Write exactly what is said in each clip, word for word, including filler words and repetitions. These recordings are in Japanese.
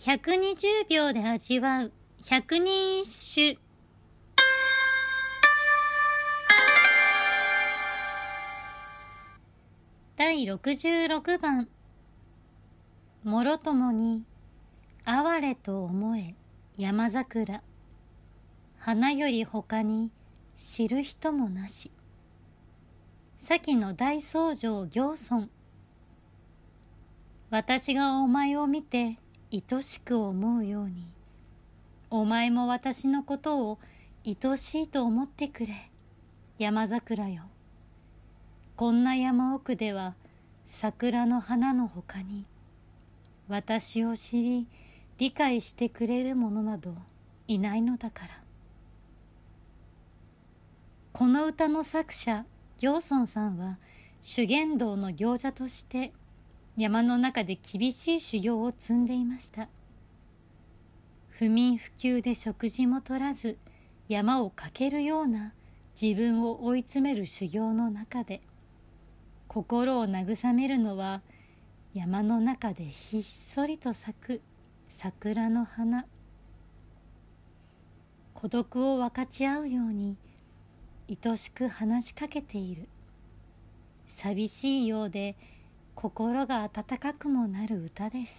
ひゃくにじゅうびょうで味わう百人一首。だいろくじゅうろくばん。もろともに哀れと思え山桜、花よりほかに知る人もなし。先の大僧正行尊。私がお前を見て愛しく思うように、お前も私のことを愛しいと思ってくれ、山桜よ。こんな山奥では桜の花のほかに、私を知り理解してくれる者などいないのだから。この歌の作者行尊さんは修験道の行者として山の中で厳しい修行を積んでいました。不眠不休で食事も取らず山を駆けるような自分を追い詰める修行の中で、心を慰めるのは山の中でひっそりと咲く桜の花。孤独を分かち合うように愛しく話しかけている。寂しいようで心が温かくもなる歌です。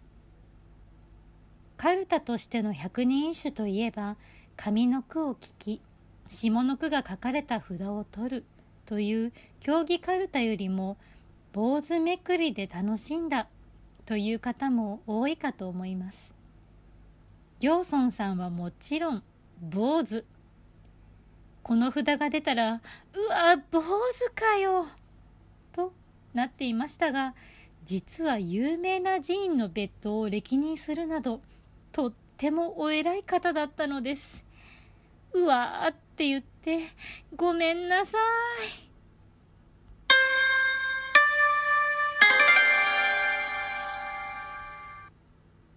かるたとしての百人一首といえば、上の句を聞き下の句が書かれた札を取るという競技かるたよりも坊主めくりで楽しんだという方も多いかと思います。行尊さんはもちろん坊主。この札が出たら、うわ坊主かよとなっていましたが、実は有名な寺院の別当を歴任するなどとってもお偉い方だったのです。うわーって言ってごめんなさい。